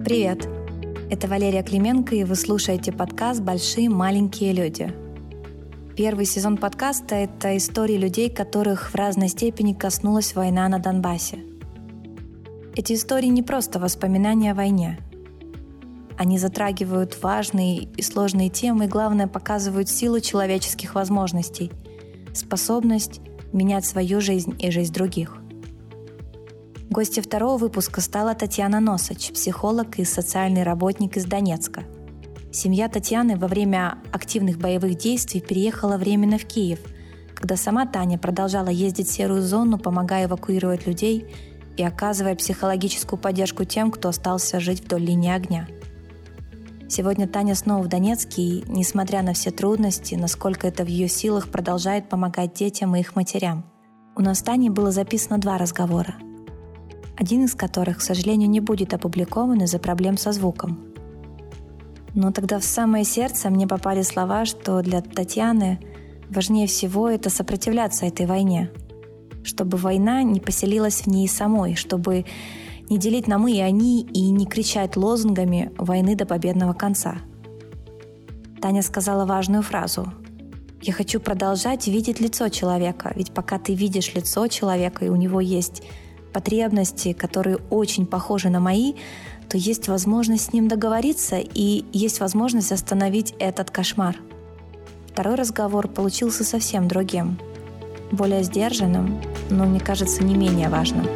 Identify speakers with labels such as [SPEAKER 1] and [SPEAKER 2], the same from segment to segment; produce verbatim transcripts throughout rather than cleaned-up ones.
[SPEAKER 1] Привет! Это Валерия Клименко, и вы слушаете подкаст «Большие маленькие люди». Первый сезон подкаста — это истории людей, которых в разной степени коснулась война на Донбассе. Эти истории не просто воспоминания о войне. Они затрагивают важные и сложные темы и, главное, показывают силу человеческих возможностей, способность менять свою жизнь и жизнь других. Гостьей второго выпуска стала Татьяна Носач, психолог и социальный работник из Донецка. Семья Татьяны во время активных боевых действий переехала временно в Киев, когда сама Таня продолжала ездить в серую зону, помогая эвакуировать людей и оказывая психологическую поддержку тем, кто остался жить вдоль линии огня. Сегодня Таня снова в Донецке и, несмотря на все трудности, насколько это в ее силах, продолжает помогать детям и их матерям. У нас с Таней было записано два разговора, один из которых, к сожалению, не будет опубликован из-за проблем со звуком. Но тогда в самое сердце мне попали слова, что для Татьяны важнее всего это сопротивляться этой войне, чтобы война не поселилась в ней самой, чтобы не делить на «мы» и «они» и не кричать лозунгами войны до победного конца. Таня сказала важную фразу: «Я хочу продолжать видеть лицо человека, ведь пока ты видишь лицо человека, и у него есть потребности, которые очень похожи на мои, то есть возможность с ним договориться и есть возможность остановить этот кошмар». Второй разговор получился совсем другим, более сдержанным, но, мне кажется, не менее важным.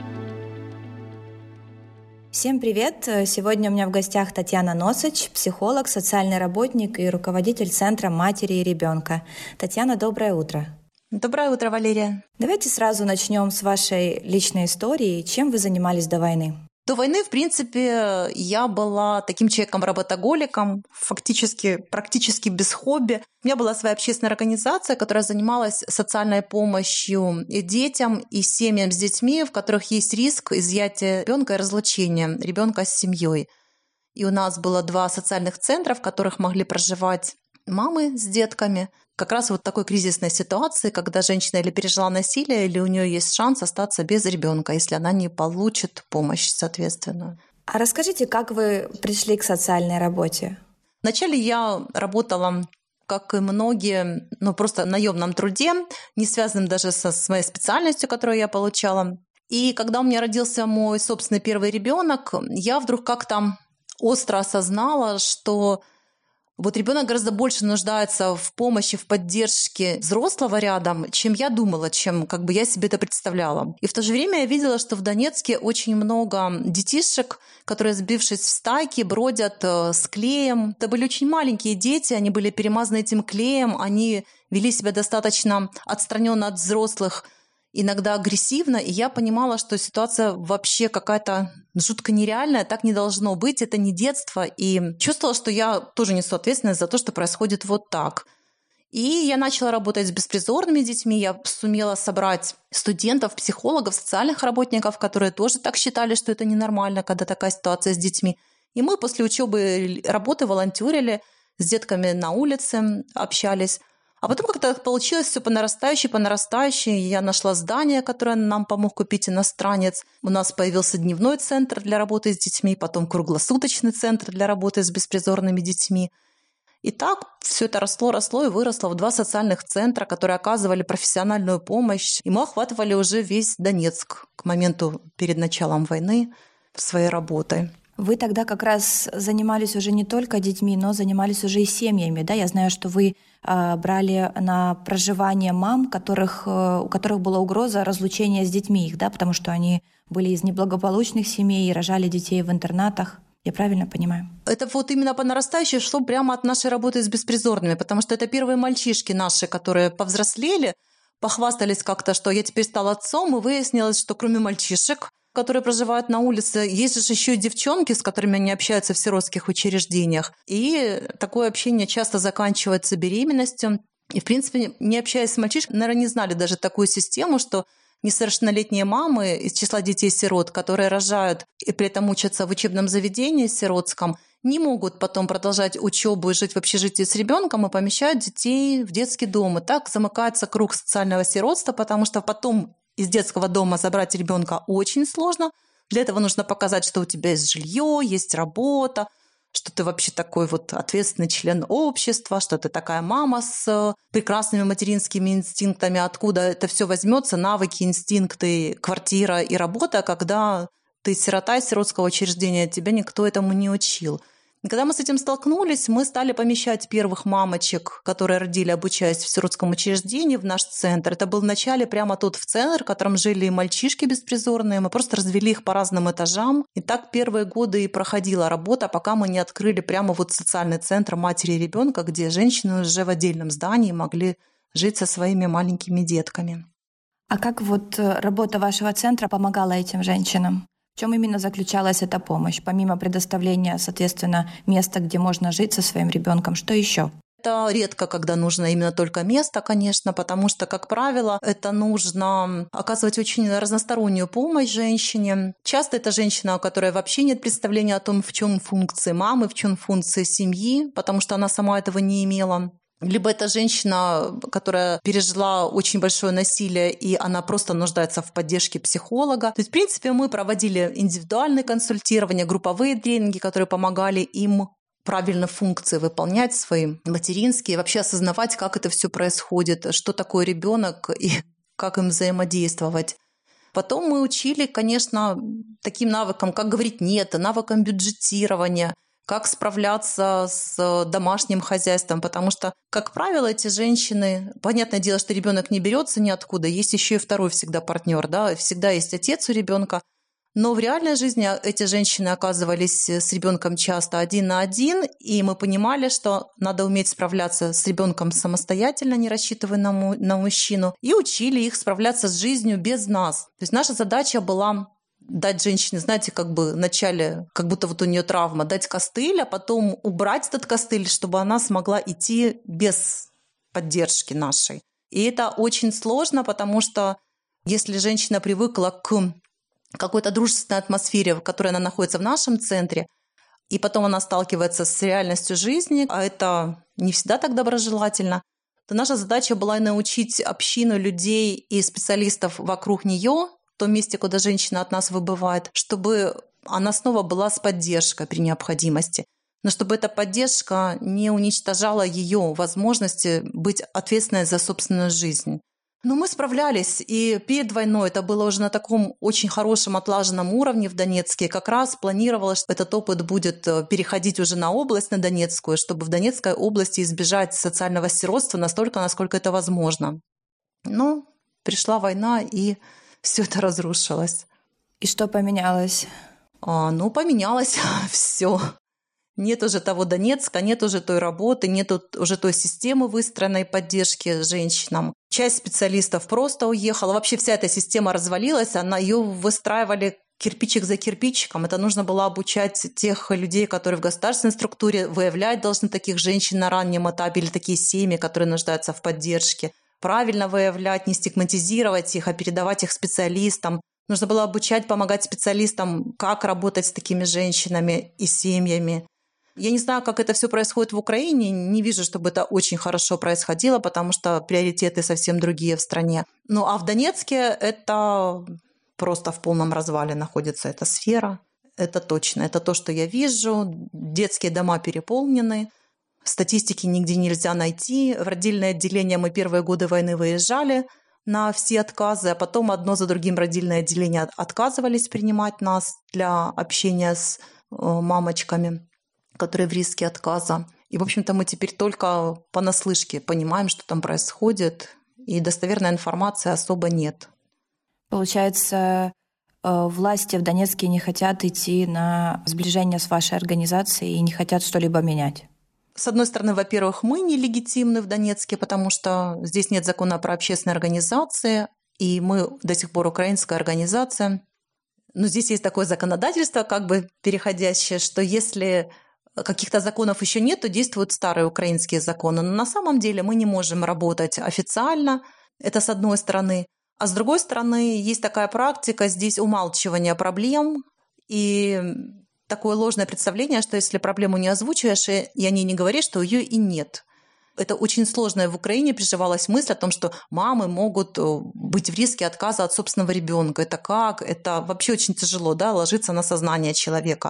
[SPEAKER 1] Всем привет! Сегодня у меня в гостях Татьяна Носач, психолог, социальный работник и руководитель Центра матери и ребенка. Татьяна, доброе утро!
[SPEAKER 2] Доброе утро, Валерия.
[SPEAKER 1] Давайте сразу начнем с вашей личной истории. Чем вы занимались до войны?
[SPEAKER 2] До войны, в принципе, я была таким человеком-работоголиком, фактически, практически без хобби. У меня была своя общественная организация, которая занималась социальной помощью и детям, и семьям с детьми, в которых есть риск изъятия ребенка и разлучения ребенка с семьей. И у нас было два социальных центра, в которых могли проживать мамы с детками. Как раз вот в такой кризисной ситуации, когда женщина или пережила насилие, или у нее есть шанс остаться без ребенка, если она не получит помощь соответственно.
[SPEAKER 1] А расскажите, как вы пришли к социальной работе?
[SPEAKER 2] Вначале я работала, как и многие, ну просто в наемном труде, не связанном даже со своей специальностью, которую я получала. И когда у меня родился мой собственный первый ребенок, я вдруг как-то остро осознала, что вот ребенок гораздо больше нуждается в помощи, в поддержке взрослого рядом, чем я думала, чем как бы я себе это представляла. И в то же время я видела, что в Донецке очень много детишек, которые, сбившись в стайки, бродят с клеем. Это были очень маленькие дети, они были перемазаны этим клеем, они вели себя достаточно отстраненно от взрослых, иногда агрессивно, и я понимала, что ситуация вообще какая-то жутко нереальная, так не должно быть, это не детство, и чувствовала, что я тоже несу ответственность за то, что происходит вот так. И я начала работать с беспризорными детьми, я сумела собрать студентов, психологов, социальных работников, которые тоже так считали, что это ненормально, когда такая ситуация с детьми. И мы после учебы работы волонтерили, с детками на улице общались. А потом как-то получилось все по нарастающей, по нарастающей. Я нашла здание, которое нам помог купить иностранец. У нас появился дневной центр для работы с детьми, потом круглосуточный центр для работы с беспризорными детьми. И так все это росло, росло и выросло в два социальных центра, которые оказывали профессиональную помощь. И мы охватывали уже весь Донецк к моменту перед началом войны своей работой.
[SPEAKER 1] Вы тогда как раз занимались уже не только детьми, но занимались уже и семьями, да? Я знаю, что вы э, брали на проживание мам, которых, э, у которых была угроза разлучения с детьми их, да, потому что они были из неблагополучных семей и рожали детей в интернатах. Я правильно понимаю?
[SPEAKER 2] Это вот именно по нарастающей шло прямо от нашей работы с беспризорными, потому что это первые мальчишки наши, которые повзрослели, похвастались как-то, что я теперь стал отцом, и выяснилось, что кроме мальчишек, которые проживают на улице, есть же еще и девчонки, с которыми они общаются в сиротских учреждениях. И такое общение часто заканчивается беременностью. И, в принципе, не общаясь с мальчишками, наверное, не знали даже такую систему, что несовершеннолетние мамы из числа детей-сирот, которые рожают и при этом учатся в учебном заведении сиротском, не могут потом продолжать учебу и жить в общежитии с ребенком и помещают детей в детский дом. И так замыкается круг социального сиротства, потому что потом из детского дома забрать ребенка очень сложно, Для этого нужно показать, что у тебя есть жилье, есть работа, что ты вообще такой вот ответственный член общества, что ты такая мама с прекрасными материнскими инстинктами. Откуда это все возьмется, навыки, инстинкты, квартира и работа, когда ты сирота из сиротского учреждения, тебя никто этому не учил. И когда мы с этим столкнулись, мы стали помещать первых мамочек, которые родили, обучаясь в сиротском учреждении, в наш центр. Это был вначале прямо тут в центр, в котором жили и мальчишки беспризорные. Мы просто развели их по разным этажам. И так первые годы и проходила работа, пока мы не открыли прямо вот социальный центр матери и ребенка, где женщины уже в отдельном здании могли жить со своими маленькими детками.
[SPEAKER 1] А как вот работа вашего центра помогала этим женщинам? В чем именно заключалась эта помощь? Помимо предоставления, соответственно, места, где можно жить со своим ребенком, что еще?
[SPEAKER 2] Это редко, когда нужно именно только место, конечно, потому что, как правило, это нужно оказывать очень разностороннюю помощь женщине. Часто это женщина, у которой вообще нет представления о том, в чем функции мамы, в чем функции семьи, потому что она сама этого не имела. Либо это женщина, которая пережила очень большое насилие, и она просто нуждается в поддержке психолога. То есть, в принципе, мы проводили индивидуальные консультирования, групповые тренинги, которые помогали им правильно функции выполнять свои материнские, вообще осознавать, как это все происходит, что такое ребенок и как им взаимодействовать. Потом мы учили, конечно, таким навыкам, как говорить «нет», навыкам бюджетирования, как справляться с домашним хозяйством, потому что, как правило, эти женщины, понятное дело, что ребенок не берется ниоткуда, есть еще и второй всегда партнер, да, всегда есть отец у ребенка, но в реальной жизни эти женщины оказывались с ребенком часто один на один, и мы понимали, что надо уметь справляться с ребенком самостоятельно, не рассчитывая на, му- на мужчину, и учили их справляться с жизнью без нас. То есть наша задача была дать женщине, знаете, как бы вначале, как будто вот у нее травма, дать костыль, а потом убрать этот костыль, чтобы она смогла идти без поддержки нашей. И это очень сложно, потому что если женщина привыкла к какой-то дружественной атмосфере, в которой она находится в нашем центре, и потом она сталкивается с реальностью жизни, а это не всегда так доброжелательно, то наша задача была научить общину людей и специалистов вокруг нее, в том месте, куда женщина от нас выбывает, чтобы она снова была с поддержкой при необходимости. Но чтобы эта поддержка не уничтожала ее возможности быть ответственной за собственную жизнь. Но мы справлялись, и перед войной это было уже на таком очень хорошем отлаженном уровне в Донецке. Как раз планировалось, что этот опыт будет переходить уже на область, на Донецкую, чтобы в Донецкой области избежать социального сиротства настолько, насколько это возможно. Но пришла война, и все это разрушилось.
[SPEAKER 1] И что поменялось?
[SPEAKER 2] А, ну, поменялось все. Нет уже того Донецка, нет уже той работы, нет уже той системы выстроенной поддержки женщинам. Часть специалистов просто уехала. Вообще вся эта система развалилась, она ее выстраивали кирпичик за кирпичиком. Это нужно было обучать тех людей, которые в государственной структуре выявлять должны таких женщин на раннем этапе или такие семьи, которые нуждаются в поддержке. Правильно выявлять, не стигматизировать их, а передавать их специалистам. Нужно было обучать, помогать специалистам, как работать с такими женщинами и семьями. Я не знаю, как это все происходит в Украине, не вижу, чтобы это очень хорошо происходило, потому что приоритеты совсем другие в стране. Ну а в Донецке это просто в полном развале находится эта сфера. Это точно, это то, что я вижу. Детские дома переполнены. Статистики нигде нельзя найти. В родильное отделение мы первые годы войны выезжали на все отказы, а потом одно за другим родильное отделение отказывались принимать нас для общения с мамочками, которые в риске отказа. И, в общем-то, мы теперь только понаслышке понимаем, что там происходит, и достоверной информации особо нет.
[SPEAKER 1] Получается, власти в Донецке не хотят идти на сближение с вашей организацией и не хотят что-либо менять?
[SPEAKER 2] С одной стороны, во-первых, мы нелегитимны в Донецке, потому что здесь нет закона про общественные организации, и мы до сих пор украинская организация. Но здесь есть такое законодательство, как бы переходящее, что если каких-то законов еще нет, то действуют старые украинские законы. Но на самом деле мы не можем работать официально, это с одной стороны. А с другой стороны, есть такая практика здесь умалчивания проблем и такое ложное представление, что если проблему не озвучиваешь и о ней не говоришь, то ее и нет. Это очень сложная в Украине приживалась мысль о том, что мамы могут быть в риске отказа от собственного ребенка. Это как? Это вообще очень тяжело, да, ложиться на сознание человека.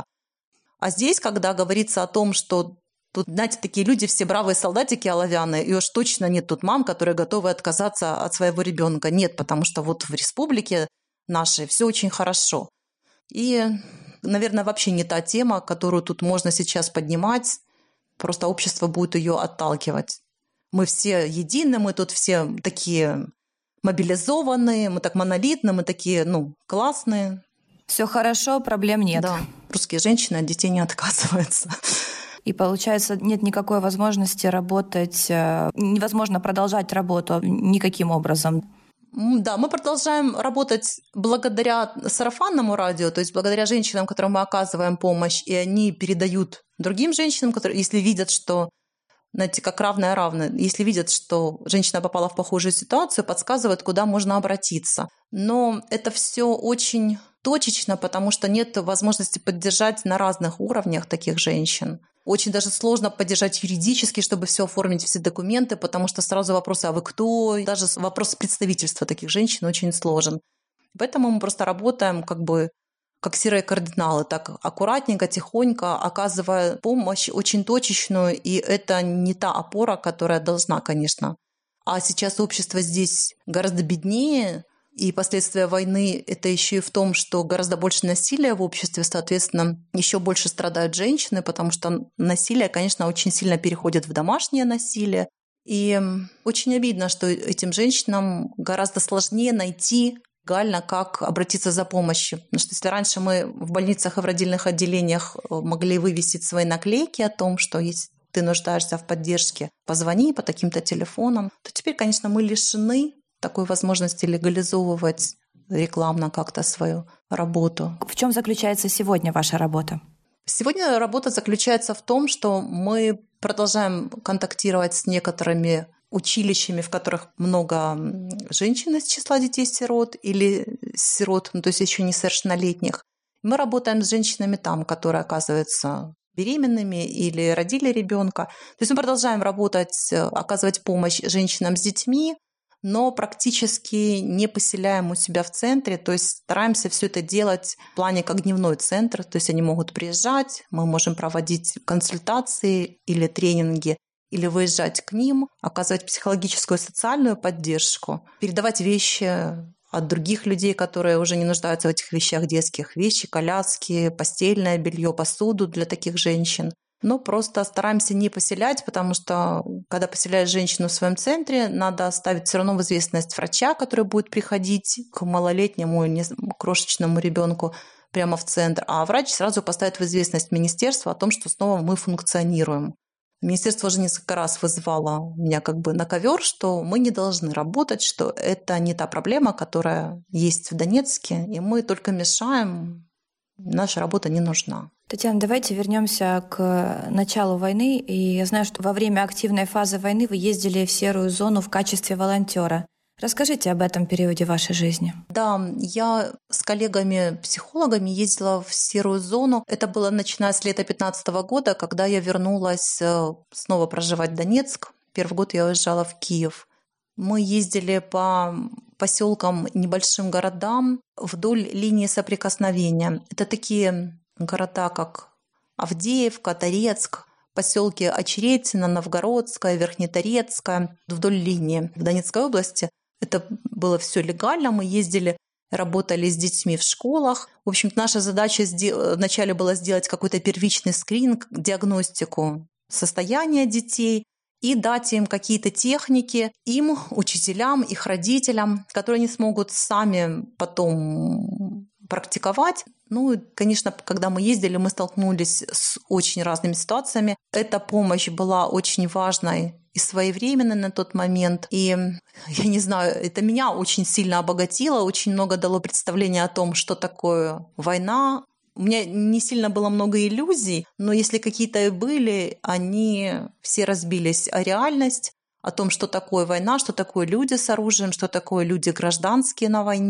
[SPEAKER 2] А здесь, когда говорится о том, что тут, знаете, такие люди все бравые солдатики оловянные, и уж точно нет тут мам, которые готовы отказаться от своего ребенка. Нет, потому что вот в республике нашей все очень хорошо. И, наверное, вообще не та тема, которую тут можно сейчас поднимать. Просто общество будет ее отталкивать. Мы все едины, мы тут все такие мобилизованные, мы так монолитны, мы такие, ну, классные.
[SPEAKER 1] Все хорошо, проблем нет.
[SPEAKER 2] Да, русские женщины от детей не отказываются.
[SPEAKER 1] И получается, нет никакой возможности работать, невозможно продолжать работу никаким образом.
[SPEAKER 2] Да, мы продолжаем работать благодаря сарафанному радио, то есть благодаря женщинам, которым мы оказываем помощь, и они передают другим женщинам, которые, если видят, что, знаете, как равное равное, если видят, что женщина попала в похожую ситуацию, подсказывают, куда можно обратиться. Но это все очень точечно, потому что нет возможности поддержать на разных уровнях таких женщин. Очень даже сложно поддержать юридически, чтобы все оформить, все документы, потому что сразу вопросы, а вы кто? Даже вопрос представительства таких женщин очень сложен. Поэтому мы просто работаем как бы как серые кардиналы, так аккуратненько, тихонько, оказывая помощь очень точечную, и это не та опора, которая должна, конечно. А сейчас общество здесь гораздо беднее, и последствия войны это еще и в том, что гораздо больше насилия в обществе, соответственно, еще больше страдают женщины, потому что насилие, конечно, очень сильно переходит в домашнее насилие. И очень обидно, что этим женщинам гораздо сложнее найти легально, как обратиться за помощью. Потому что если раньше мы в больницах и в родильных отделениях могли вывесить свои наклейки о том, что если ты нуждаешься в поддержке, позвони по таким-то телефонам, то теперь, конечно, мы лишены такой возможности легализовывать рекламно как-то свою работу.
[SPEAKER 1] В чем заключается сегодня ваша работа?
[SPEAKER 2] Сегодня работа заключается в том, что мы продолжаем контактировать с некоторыми училищами, в которых много женщин из числа детей-сирот или сирот, ну, то есть еще несовершеннолетних. Мы работаем с женщинами там, которые оказываются беременными или родили ребенка. То есть мы продолжаем работать, оказывать помощь женщинам с детьми, но практически не поселяем у себя в центре, то есть стараемся все это делать в плане как дневной центр, то есть они могут приезжать, мы можем проводить консультации или тренинги, или выезжать к ним, оказывать психологическую и социальную поддержку, передавать вещи от других людей, которые уже не нуждаются в этих вещах детских, вещи, коляски, постельное белье, посуду для таких женщин. Но просто стараемся не поселять, потому что когда поселяешь женщину в своем центре, надо ставить все равно в известность врача, который будет приходить к малолетнему, крошечному ребенку прямо в центр, а врач сразу поставит в известность министерство о том, что снова мы функционируем. Министерство уже несколько раз вызывало меня как бы на ковер, что мы не должны работать, что это не та проблема, которая есть в Донецке, и мы только мешаем, наша работа не нужна.
[SPEAKER 1] Татьяна, давайте вернемся к началу войны. И я знаю, что во время активной фазы войны вы ездили в серую зону в качестве волонтера. Расскажите об этом периоде вашей жизни.
[SPEAKER 2] Да, я с коллегами-психологами ездила в серую зону. Это было начиная с лета две тысячи пятнадцатого года, когда я вернулась снова проживать в Донецк. Первый год я уезжала в Киев. Мы ездили по поселкам, небольшим городам вдоль линии соприкосновения. Это такие города, как Авдеевка, Торецк, поселки Очеретино, Новгородская, Верхнеторецкая, вдоль линии в Донецкой области. Это было все легально. Мы ездили, работали с детьми в школах. В общем, наша задача вначале была сделать какой-то первичный скрининг, диагностику состояния детей и дать им какие-то техники, им, учителям, их родителям, которые они смогут сами потом практиковать. Ну и, конечно, когда мы ездили, мы столкнулись с очень разными ситуациями. Эта помощь была очень важной и своевременной на тот момент. И, я не знаю, это меня очень сильно обогатило, очень много дало представления о том, что такое война. У меня не сильно было много иллюзий, но если какие-то и были, они все разбились о реальность, о том, что такое война, что такое люди с оружием, что такое люди гражданские на войне.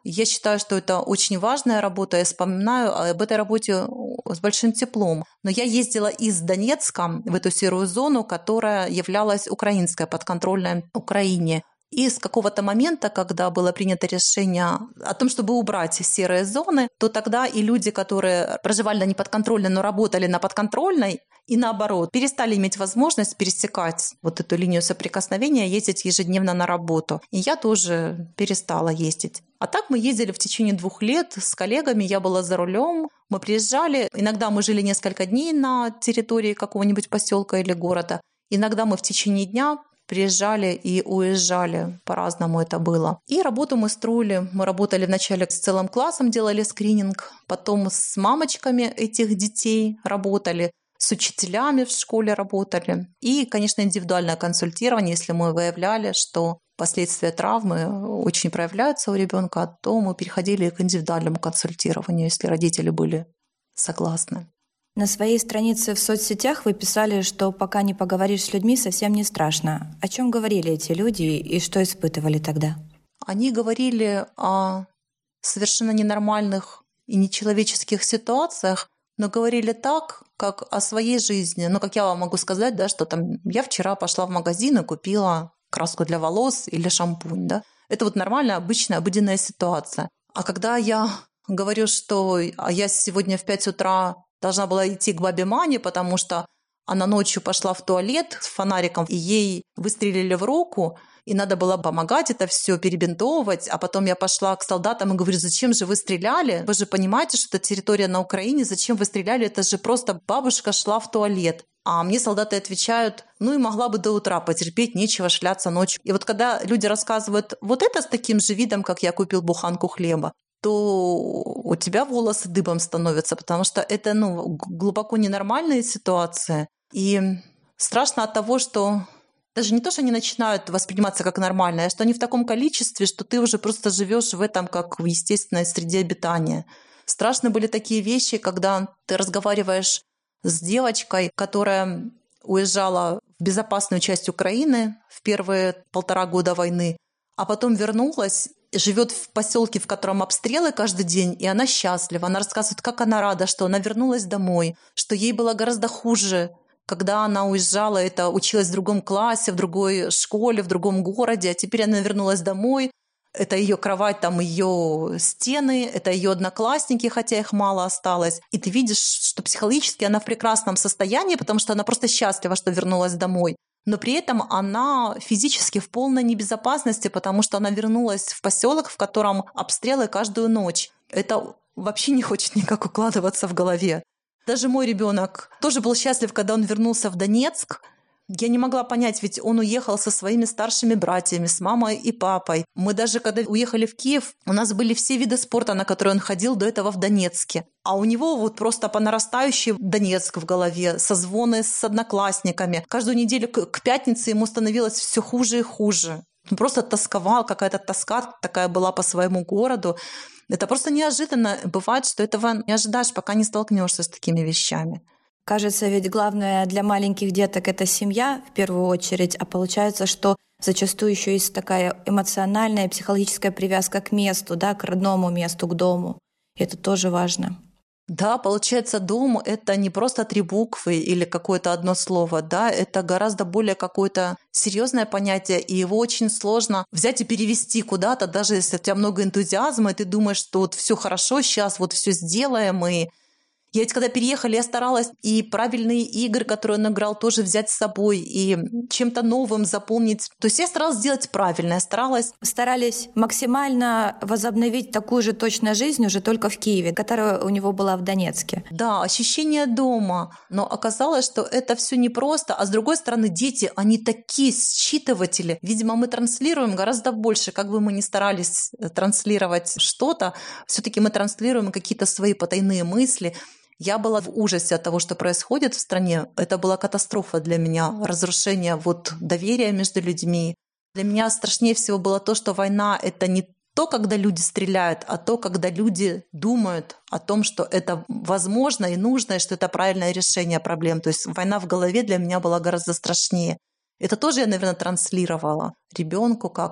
[SPEAKER 2] Я считаю, что это очень важная работа. Я вспоминаю об этой работе с большим теплом. Но я ездила из Донецка в эту серую зону, которая являлась украинской, подконтрольной Украине. И с какого-то момента, когда было принято решение о том, чтобы убрать серые зоны, то тогда и люди, которые проживали на неподконтрольной, но работали на подконтрольной, и наоборот, перестали иметь возможность пересекать вот эту линию соприкосновения, ездить ежедневно на работу. И я тоже перестала ездить. А так мы ездили в течение двух лет с коллегами, я была за рулем, мы приезжали, иногда мы жили несколько дней на территории какого-нибудь поселка или города, иногда мы в течение дня приезжали и уезжали, по-разному это было. И работу мы строили, мы работали вначале с целым классом, делали скрининг, потом с мамочками этих детей работали, с учителями в школе работали. И, конечно, индивидуальное консультирование, если мы выявляли, что последствия травмы очень проявляются у ребенка, то мы переходили к индивидуальному консультированию, если родители были согласны.
[SPEAKER 1] На своей странице в соцсетях вы писали, что пока не поговоришь с людьми, совсем не страшно. О чем говорили эти люди и что испытывали тогда?
[SPEAKER 2] Они говорили о совершенно ненормальных и нечеловеческих ситуациях, но говорили так, как о своей жизни. Ну, как я вам могу сказать, да, что там я вчера пошла в магазин и купила краску для волос или шампунь. Да? Это вот нормальная, обычная, обыденная ситуация. А когда я говорю, что а я сегодня в пять утра должна была идти к бабе Мане, потому что она ночью пошла в туалет с фонариком, и ей выстрелили в руку, и надо было помогать это все перебинтовывать. А потом я пошла к солдатам и говорю: зачем же вы стреляли? Вы же понимаете, что это территория на Украине, зачем вы стреляли? Это же просто бабушка шла в туалет. А мне солдаты отвечают: ну и могла бы до утра потерпеть, нечего шляться ночью. И вот когда люди рассказывают вот это с таким же видом, как я купил буханку хлеба, то у тебя волосы дыбом становятся, потому что это ну, глубоко ненормальные ситуации. И страшно от того, что даже не то, что они начинают восприниматься как нормальные, а что они в таком количестве, что ты уже просто живешь в этом как в естественной среде обитания. Страшны были такие вещи, когда ты разговариваешь с девочкой, которая уезжала в безопасную часть Украины в первые полтора года войны, а потом вернулась, живет в поселке, в котором обстрелы каждый день, и она счастлива. Она рассказывает, как она рада, что она вернулась домой, что ей было гораздо хуже, когда она уезжала, это училась в другом классе, в другой школе, в другом городе, а теперь она вернулась домой. Это ее кровать, там ее стены, это ее одноклассники, хотя их мало осталось. И ты видишь, что психологически она в прекрасном состоянии, потому что она просто счастлива, что вернулась домой. Но при этом она физически в полной небезопасности, потому что она вернулась в поселок, в котором обстрелы каждую ночь. Это вообще не хочет никак укладываться в голове. Даже мой ребенок тоже был счастлив, когда он вернулся в Донецк. Я не могла понять, ведь он уехал со своими старшими братьями, с мамой и папой. Мы даже, когда уехали в Киев, у нас были все виды спорта, на которые он ходил до этого в Донецке. А у него вот просто по нарастающей Донецк в голове, созвоны с одноклассниками. Каждую неделю к пятнице ему становилось все хуже и хуже. Он просто тосковал, какая-то тоска такая была по своему городу. Это просто неожиданно. Бывает, что этого не ожидаешь, пока не столкнешься с такими вещами.
[SPEAKER 1] Кажется, ведь главное для маленьких деток — это семья в первую очередь, а получается, что зачастую еще есть такая эмоциональная, психологическая привязка к месту, да, к родному месту, к дому. И это тоже важно.
[SPEAKER 2] Да, получается, дом — это не просто три буквы или какое-то одно слово, да, это гораздо более какое-то серьезное понятие, и его очень сложно взять и перевести куда-то, даже если у тебя много энтузиазма, и ты думаешь, что вот все хорошо, сейчас вот все сделаем, и я ведь когда переехали, я старалась и правильные игры, которые он играл, тоже взять с собой и чем-то новым заполнить. То есть я старалась сделать правильно, я старалась...
[SPEAKER 1] Старались максимально возобновить такую же точно жизнь уже только в Киеве, которая у него была в Донецке.
[SPEAKER 2] Да, ощущение дома. Но оказалось, что это все непросто. А с другой стороны, дети, они такие считыватели. Видимо, мы транслируем гораздо больше. Как бы мы ни старались транслировать что-то, все-таки мы транслируем какие-то свои потайные мысли. Я была в ужасе от того, что происходит в стране. Это была катастрофа для меня, разрушение вот доверия между людьми. Для меня страшнее всего было то, что война — это не то, когда люди стреляют, а то, когда люди думают о том, что это возможно и нужно, и что это правильное решение проблем. То есть война в голове для меня была гораздо страшнее. Это тоже я, наверное, транслировала ребенку как-то.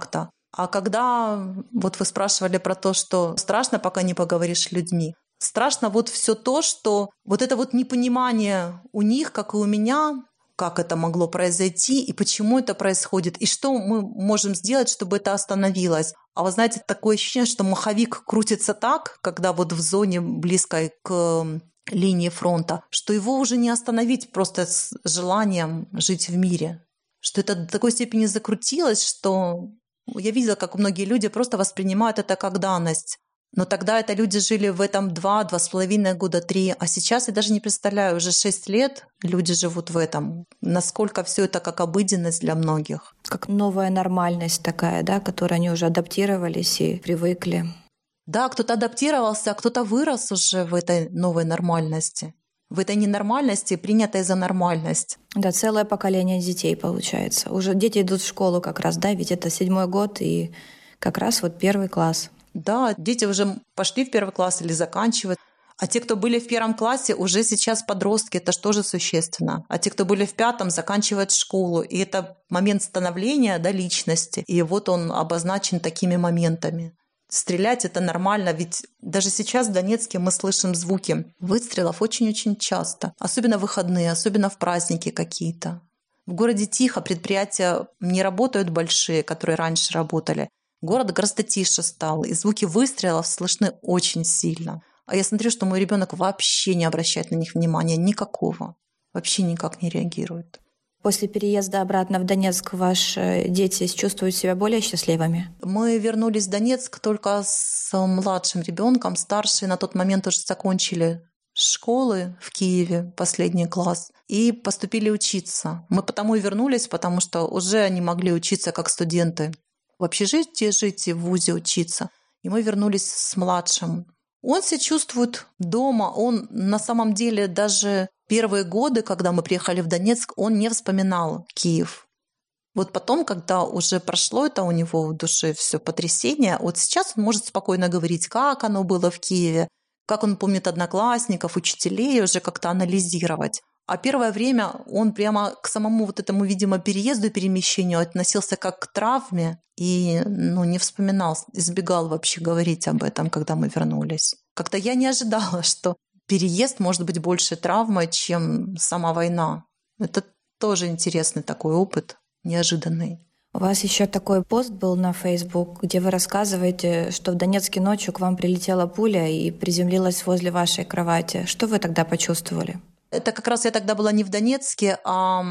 [SPEAKER 2] А когда вот вы спрашивали про то, что страшно, пока не поговоришь с людьми, страшно вот все то, что вот это вот непонимание у них, как и у меня, как это могло произойти и почему это происходит, и что мы можем сделать, чтобы это остановилось. А вы знаете, такое ощущение, что маховик крутится так, когда вот в зоне близкой к линии фронта, что его уже не остановить просто с желанием жить в мире. Что это до такой степени закрутилось, что я видела, как многие люди просто воспринимают это как данность. Но тогда это люди жили в этом два, два с половиной года, три. А сейчас я даже не представляю, уже шесть лет люди живут в этом. Насколько все это как обыденность для многих.
[SPEAKER 1] Как новая нормальность такая, да, к которой они уже адаптировались и привыкли.
[SPEAKER 2] Да, кто-то адаптировался, а кто-то вырос уже в этой новой нормальности. В этой ненормальности, принятой за нормальность.
[SPEAKER 1] Да, целое поколение детей получается. Уже дети идут в школу как раз, да, ведь это седьмой год и как раз вот первый класс.
[SPEAKER 2] Да, дети уже пошли в первый класс или заканчивают. А те, кто были в первом классе, уже сейчас подростки, это же тоже существенно. А те, кто были в пятом, заканчивают школу. И это момент становления, да, личности. И вот он обозначен такими моментами. Стрелять — это нормально, ведь даже сейчас в Донецке мы слышим звуки выстрелов очень-очень часто. Особенно в выходные, особенно в праздники какие-то. В городе тихо, предприятия не работают большие, которые раньше работали. Город гораздо тише стал, и звуки выстрелов слышны очень сильно. А я смотрю, что мой ребенок вообще не обращает на них внимания никакого. Вообще никак не реагирует.
[SPEAKER 1] После переезда обратно в Донецк ваши дети чувствуют себя более счастливыми?
[SPEAKER 2] Мы вернулись в Донецк только с младшим ребенком. Старшие на тот момент уже закончили школы в Киеве, последний класс, и поступили учиться. Мы потому и вернулись, потому что уже они могли учиться как студенты в общежитии жить и в вузе учиться. И мы вернулись с младшим. Он себя чувствует дома. Он на самом деле даже первые годы, когда мы приехали в Донецк, он не вспоминал Киев. Вот потом, когда уже прошло это у него в душе все потрясение, вот сейчас он может спокойно говорить, как оно было в Киеве, как он помнит одноклассников, учителей, уже как-то анализировать. А первое время он прямо к самому вот этому, видимо, переезду и перемещению относился как к травме и ну, не вспоминал, избегал вообще говорить об этом, когда мы вернулись. Как-то я не ожидала, что переезд может быть больше травмой, чем сама война. Это тоже интересный такой опыт, неожиданный.
[SPEAKER 1] У вас еще такой пост был на Facebook, где вы рассказываете, что в Донецке ночью к вам прилетела пуля и приземлилась возле вашей кровати. Что вы тогда почувствовали?
[SPEAKER 2] Это как раз я тогда была не в Донецке, а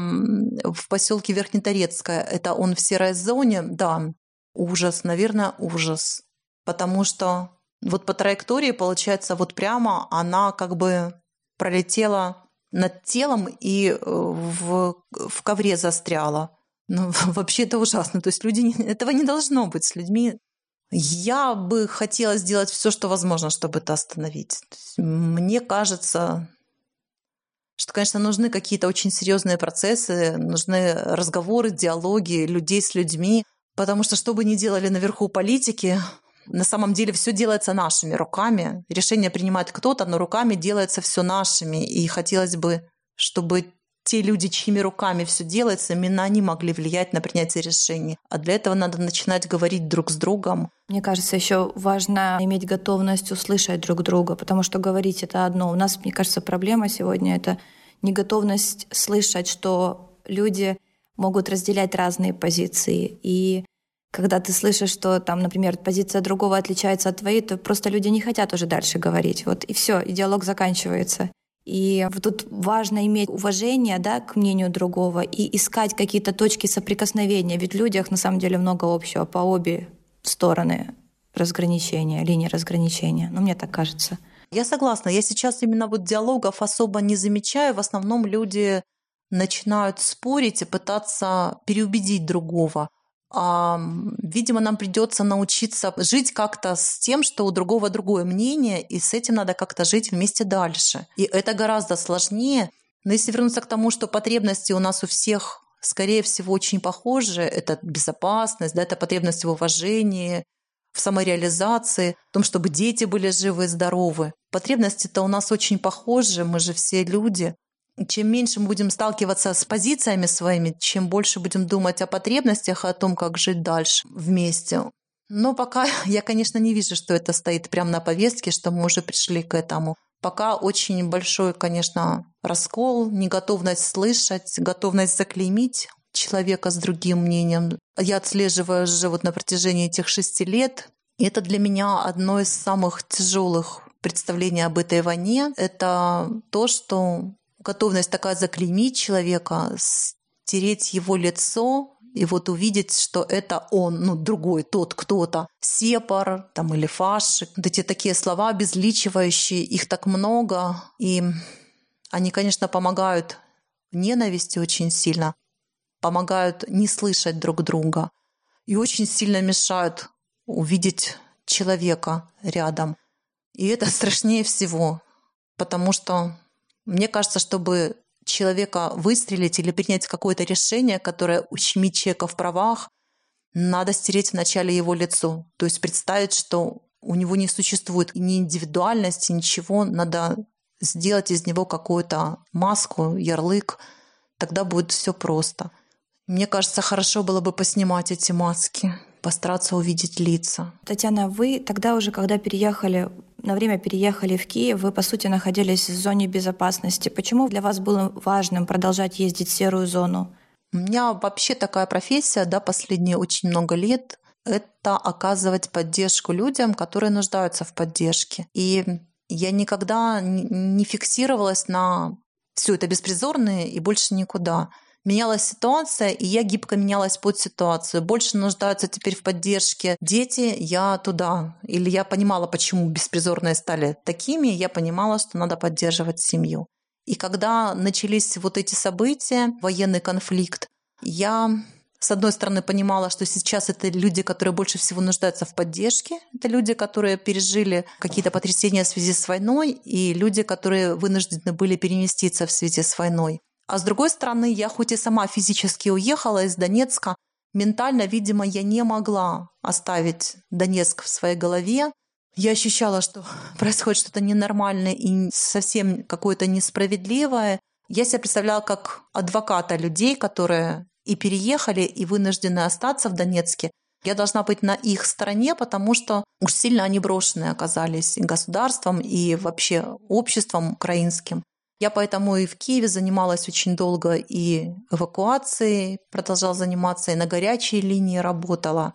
[SPEAKER 2] в поселке Верхнеторецкое. Это он в серой зоне. Да, ужас, наверное, ужас. Потому что вот по траектории, получается, вот прямо она как бы пролетела над телом и в, в ковре застряла. Ну, вообще это ужасно. То есть люди, этого не должно быть с людьми. Я бы хотела сделать все, что возможно, чтобы это остановить. Мне кажется, что, конечно, нужны какие-то очень серьезные процессы, нужны разговоры, диалоги людей с людьми, потому что, что бы ни делали наверху политики, на самом деле все делается нашими руками. Решение принимает кто-то, но руками делается все нашими. И хотелось бы, чтобы те люди, чьими руками все делается, именно они могли влиять на принятие решений. А для этого надо начинать говорить друг с другом.
[SPEAKER 1] Мне кажется, еще важно иметь готовность услышать друг друга, потому что говорить — это одно. У нас, мне кажется, проблема сегодня — это неготовность слышать, что люди могут разделять разные позиции. И когда ты слышишь, что там, например, позиция другого отличается от твоей, то просто люди не хотят уже дальше говорить. Вот и все, и диалог заканчивается. И тут важно иметь уважение, да, к мнению другого и искать какие-то точки соприкосновения. Ведь в людях на самом деле много общего по обе стороны разграничения, линии разграничения. Ну, мне так кажется.
[SPEAKER 2] Я согласна. Я сейчас именно вот диалогов особо не замечаю. В основном люди начинают спорить и пытаться переубедить другого. А, видимо, нам придется научиться жить как-то с тем, что у другого другое мнение, и с этим надо как-то жить вместе дальше. И это гораздо сложнее. Но если вернуться к тому, что потребности у нас у всех, скорее всего, очень похожи, это безопасность, да, это потребность в уважении, в самореализации, в том, чтобы дети были живы и здоровы. Потребности-то у нас очень похожи, мы же все люди. Чем меньше мы будем сталкиваться с позициями своими, чем больше будем думать о потребностях, о том, как жить дальше вместе. Но пока я, конечно, не вижу, что это стоит прямо на повестке, что мы уже пришли к этому. Пока очень большой, конечно, раскол, неготовность слышать, готовность заклеймить человека с другим мнением. Я отслеживаю уже вот на протяжении этих шести лет. И это для меня одно из самых тяжелых представлений об этой войне. Это то, что готовность такая заклеймить человека, стереть его лицо и вот увидеть, что это он, ну, другой, тот кто-то, сепар там, или фашик. Вот эти такие слова обезличивающие, их так много. И они, конечно, помогают ненависти очень сильно, помогают не слышать друг друга и очень сильно мешают увидеть человека рядом. И это страшнее всего, потому что мне кажется, чтобы человека выстрелить или принять какое-то решение, которое ущемит человека в правах, надо стереть вначале его лицо. То есть представить, что у него не существует ни индивидуальности, ничего. Надо сделать из него какую-то маску, ярлык. Тогда будет все просто. Мне кажется, хорошо было бы поснимать эти маски, постараться увидеть лица.
[SPEAKER 1] Татьяна, вы тогда уже, когда переехали, на время переехали в Киев, вы, по сути, находились в зоне безопасности. Почему для вас было важным продолжать ездить в серую зону?
[SPEAKER 2] У меня вообще такая профессия, да, последние очень много лет — это оказывать поддержку людям, которые нуждаются в поддержке. И я никогда не фиксировалась на все это беспризорное и больше никуда. Менялась ситуация, и я гибко менялась под ситуацию. Больше нуждаются теперь в поддержке дети, я туда. Или я понимала, почему беспризорные стали такими, я понимала, что надо поддерживать семью. И когда начались вот эти события, военный конфликт, я, с одной стороны, понимала, что сейчас это люди, которые больше всего нуждаются в поддержке. Это люди, которые пережили какие-то потрясения в связи с войной, и люди, которые вынуждены были переместиться в связи с войной. А с другой стороны, я хоть и сама физически уехала из Донецка, ментально, видимо, я не могла оставить Донецк в своей голове. Я ощущала, что происходит что-то ненормальное и совсем какое-то несправедливое. Я себя представляла как адвоката людей, которые и переехали, и вынуждены остаться в Донецке. Я должна быть на их стороне, потому что уж сильно они брошенные оказались и государством, и вообще обществом украинским. Я поэтому и в Киеве занималась очень долго, и эвакуацией продолжала заниматься, и на горячей линии работала.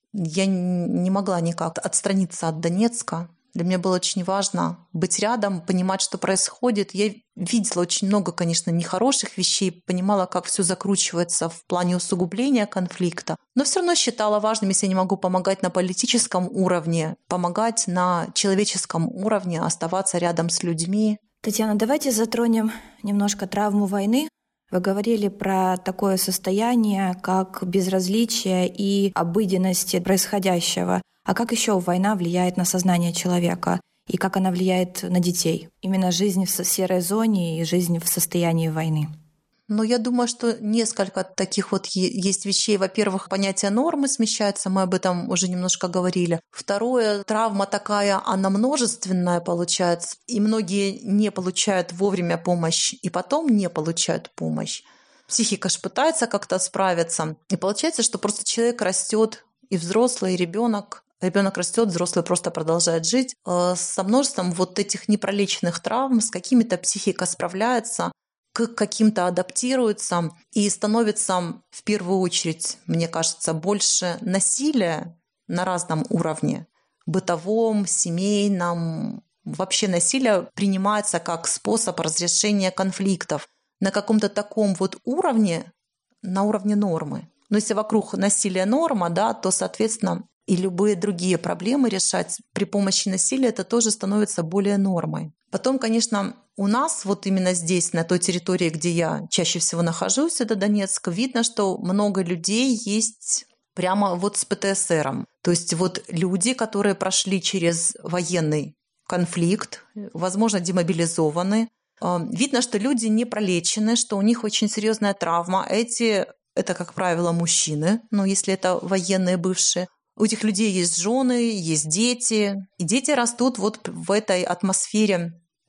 [SPEAKER 2] Я не могла никак отстраниться от Донецка. Для меня было очень важно быть рядом, понимать, что происходит. Я видела очень много, конечно, нехороших вещей, понимала, как все закручивается в плане усугубления конфликта. Но все равно считала важным, если я не могу помогать на политическом уровне, помогать на человеческом уровне, оставаться рядом с людьми.
[SPEAKER 1] Татьяна, давайте затронем немножко травму войны. Вы говорили про такое состояние, как безразличие и обыденность происходящего. А как еще война влияет на сознание человека? И как она влияет на детей? Именно жизнь в серой зоне и жизнь в состоянии войны.
[SPEAKER 2] Но я думаю, что несколько таких вот есть вещей. Во-первых, понятие нормы смещается, мы об этом уже немножко говорили. Второе, травма такая, она множественная получается, и многие не получают вовремя помощь, и потом не получают помощь. Психика ж пытается как-то справиться, и получается, что просто человек растет, и взрослый, и ребенок. Ребенок растет, взрослый просто продолжает жить со множеством вот этих непролеченных травм, с какими-то психика справляется, к каким-то адаптируется и становится в первую очередь, мне кажется, больше насилия на разном уровне, бытовом, семейном. Вообще насилие принимается как способ разрешения конфликтов на каком-то таком вот уровне, на уровне нормы. Но если вокруг насилия норма, да, то, соответственно, и любые другие проблемы решать при помощи насилия, это тоже становится более нормой. Потом, конечно, у нас вот именно здесь, на той территории, где я чаще всего нахожусь, это Донецк, видно, что много людей есть прямо вот с ПТСРом. То есть вот люди, которые прошли через военный конфликт, возможно, демобилизованы. Видно, что люди не пролечены, что у них очень серьезная травма. Эти, это, как правило, мужчины, ну, если это военные бывшие. У этих людей есть жены, есть дети. И дети растут вот в этой атмосфере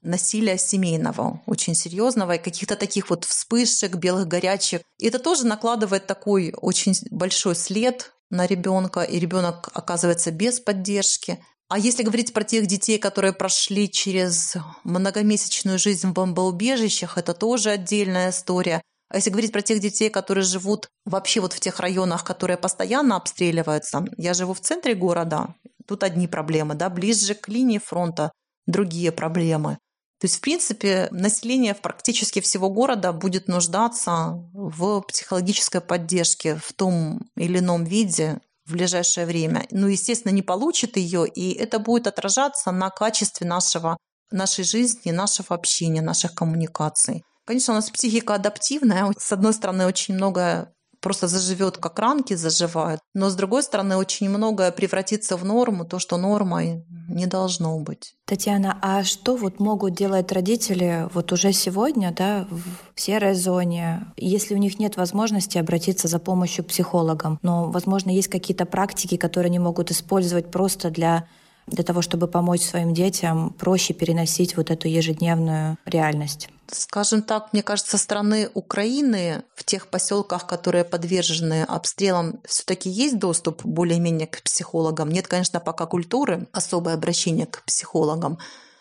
[SPEAKER 2] насилия семейного, очень серьезного, и каких-то таких вот вспышек, белых горячек. И это тоже накладывает такой очень большой след на ребенка, и ребенок оказывается без поддержки. А если говорить про тех детей, которые прошли через многомесячную жизнь в бомбоубежищах, это тоже отдельная история. А если говорить про тех детей, которые живут вообще вот в тех районах, которые постоянно обстреливаются, я живу в центре города, тут одни проблемы, да, ближе к линии фронта другие проблемы. То есть, в принципе, население практически всего города будет нуждаться в психологической поддержке в том или ином виде в ближайшее время. Ну, естественно, не получит ее, и это будет отражаться на качестве нашего, нашей жизни, нашего общения, наших коммуникаций. Конечно, у нас психика адаптивная. С одной стороны, очень многое просто заживет, как ранки заживают, но с другой стороны, очень многое превратится в норму, то, что нормой не должно быть.
[SPEAKER 1] Татьяна, а что вот могут делать родители вот уже сегодня, да, в серой зоне, если у них нет возможности обратиться за помощью к психологам, но, возможно, есть какие-то практики, которые они могут использовать просто для, для того, чтобы помочь своим детям проще переносить вот эту ежедневную реальность?
[SPEAKER 2] Скажем так, мне кажется, со стороны Украины в тех поселках, которые подвержены обстрелам, все-таки есть доступ более-менее к психологам. Нет, конечно, пока культуры, особое обращение к психологам.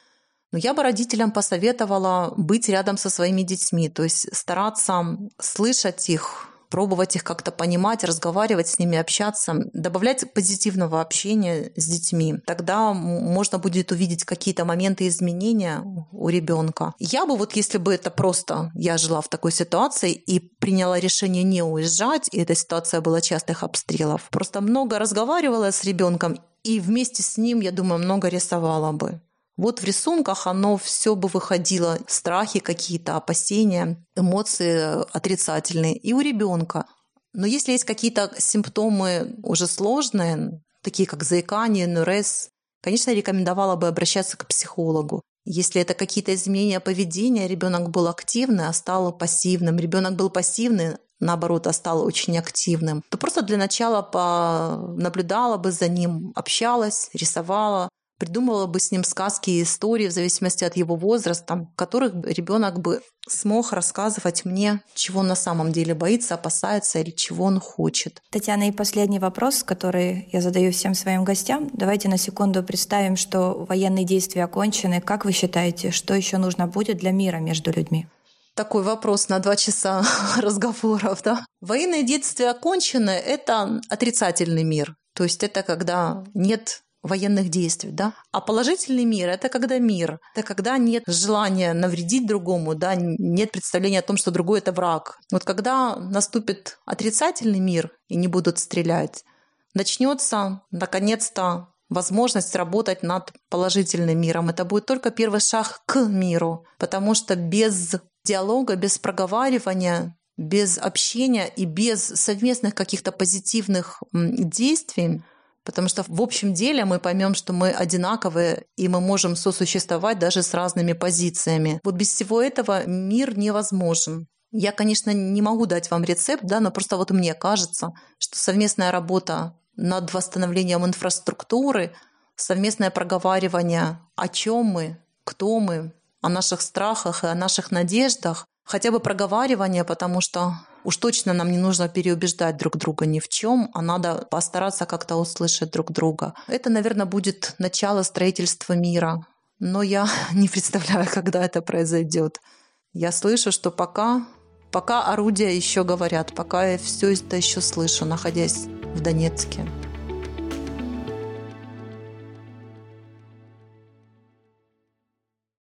[SPEAKER 2] Но я бы родителям посоветовала быть рядом со своими детьми, то есть стараться слышать их, пробовать их как-то понимать, разговаривать с ними, общаться, добавлять позитивного общения с детьми. Тогда можно будет увидеть какие-то моменты изменения у ребенка. Я бы вот, если бы это просто я жила в такой ситуации и приняла решение не уезжать, и эта ситуация была частых обстрелов, просто много разговаривала с ребенком и вместе с ним, я думаю, много рисовала бы. Вот в рисунках оно все бы выходило, страхи какие-то, опасения, эмоции отрицательные и у ребенка. Но если есть какие-то симптомы уже сложные, такие как заикание, нурез, конечно, рекомендовала бы обращаться к психологу. Если это какие-то изменения поведения, ребенок был активный, а стал пассивным, ребенок был пассивный, наоборот, а стал очень активным, то просто для начала наблюдала бы за ним, общалась, рисовала, придумывала бы с ним сказки и истории в зависимости от его возраста, в которых ребенок бы смог рассказывать мне, чего он на самом деле боится, опасается или чего он хочет.
[SPEAKER 1] Татьяна, и последний вопрос, который я задаю всем своим гостям. Давайте на секунду представим, что военные действия окончены. Как вы считаете, что еще нужно будет для мира между людьми?
[SPEAKER 2] Такой вопрос на два часа разговоров, да? Военные действия окончены — это отрицательный мир. То есть это когда нет военных действий, да. А положительный мир — это когда мир, это когда нет желания навредить другому, да, нет представления о том, что другой — это враг. Вот когда наступит отрицательный мир и не будут стрелять, начнется наконец-то возможность работать над положительным миром. Это будет только первый шаг к миру, потому что без диалога, без проговаривания, без общения и без совместных каких-то позитивных действий, потому что в общем деле мы поймем, что мы одинаковые, и мы можем сосуществовать даже с разными позициями. Вот без всего этого мир невозможен. Я, конечно, не могу дать вам рецепт, да, но просто вот мне кажется, что совместная работа над восстановлением инфраструктуры, совместное проговаривание, о чем мы, кто мы, о наших страхах и о наших надеждах, хотя бы проговаривание, потому что уж точно нам не нужно переубеждать друг друга ни в чем, а надо постараться как-то услышать друг друга. Это, наверное, будет начало строительства мира. Но я не представляю, когда это произойдет. Я слышу, что пока, пока орудия еще говорят, пока я все это еще слышу, находясь в Донецке.